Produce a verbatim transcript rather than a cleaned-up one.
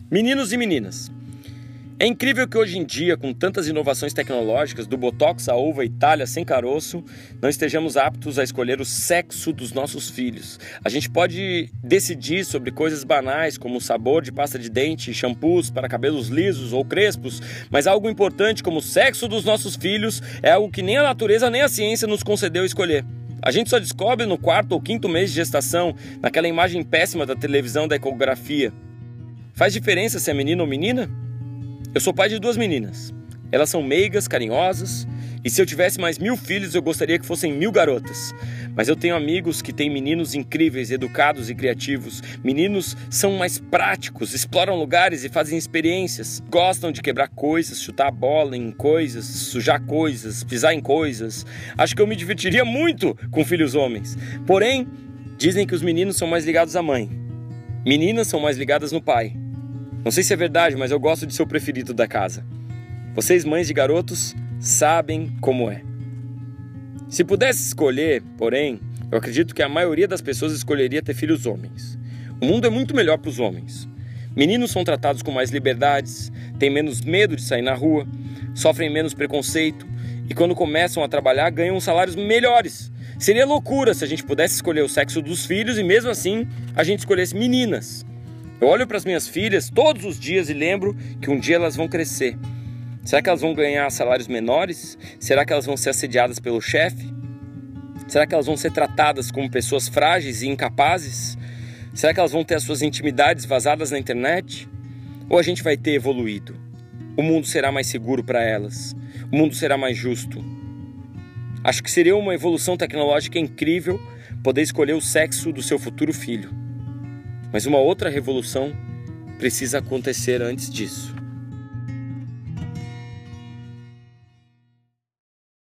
Meninos e meninas, é incrível que hoje em dia, com tantas inovações tecnológicas, do botox à uva Itália sem caroço, não estejamos aptos a escolher o sexo dos nossos filhos. A gente pode decidir sobre coisas banais, como o sabor de pasta de dente, shampoos para cabelos lisos ou crespos, mas algo importante como o sexo dos nossos filhos é algo que nem a natureza nem a ciência nos concedeu escolher. A gente só descobre no quarto ou quinto mês de gestação, naquela imagem péssima da televisão da ecografia. Faz diferença se é menino ou menina? Eu sou pai de duas meninas. Elas são meigas, carinhosas, e se eu tivesse mais mil filhos, eu gostaria que fossem mil garotas. Mas eu tenho amigos que têm meninos incríveis, educados e criativos. Meninos são mais práticos, exploram lugares e fazem experiências. Gostam de quebrar coisas, chutar a bola em coisas, sujar coisas, pisar em coisas. Acho que eu me divertiria muito com filhos homens. Porém, dizem que os meninos são mais ligados à mãe. Meninas são mais ligadas no pai. Não sei se é verdade, mas eu gosto de ser o preferido da casa. Vocês, mães de garotos, sabem como é. Se pudesse escolher, porém, eu acredito que a maioria das pessoas escolheria ter filhos homens. O mundo é muito melhor para os homens. Meninos são tratados com mais liberdades, têm menos medo de sair na rua, sofrem menos preconceito e quando começam a trabalhar ganham salários melhores. Seria loucura se a gente pudesse escolher o sexo dos filhos e mesmo assim a gente escolhesse meninas. Eu olho para as minhas filhas todos os dias e lembro que um dia elas vão crescer. Será que elas vão ganhar salários menores? Será que elas vão ser assediadas pelo chefe? Será que elas vão ser tratadas como pessoas frágeis e incapazes? Será que elas vão ter as suas intimidades vazadas na internet? Ou a gente vai ter evoluído? O mundo será mais seguro para elas. O mundo será mais justo. Acho que seria uma evolução tecnológica incrível poder escolher o sexo do seu futuro filho. Mas uma outra revolução precisa acontecer antes disso.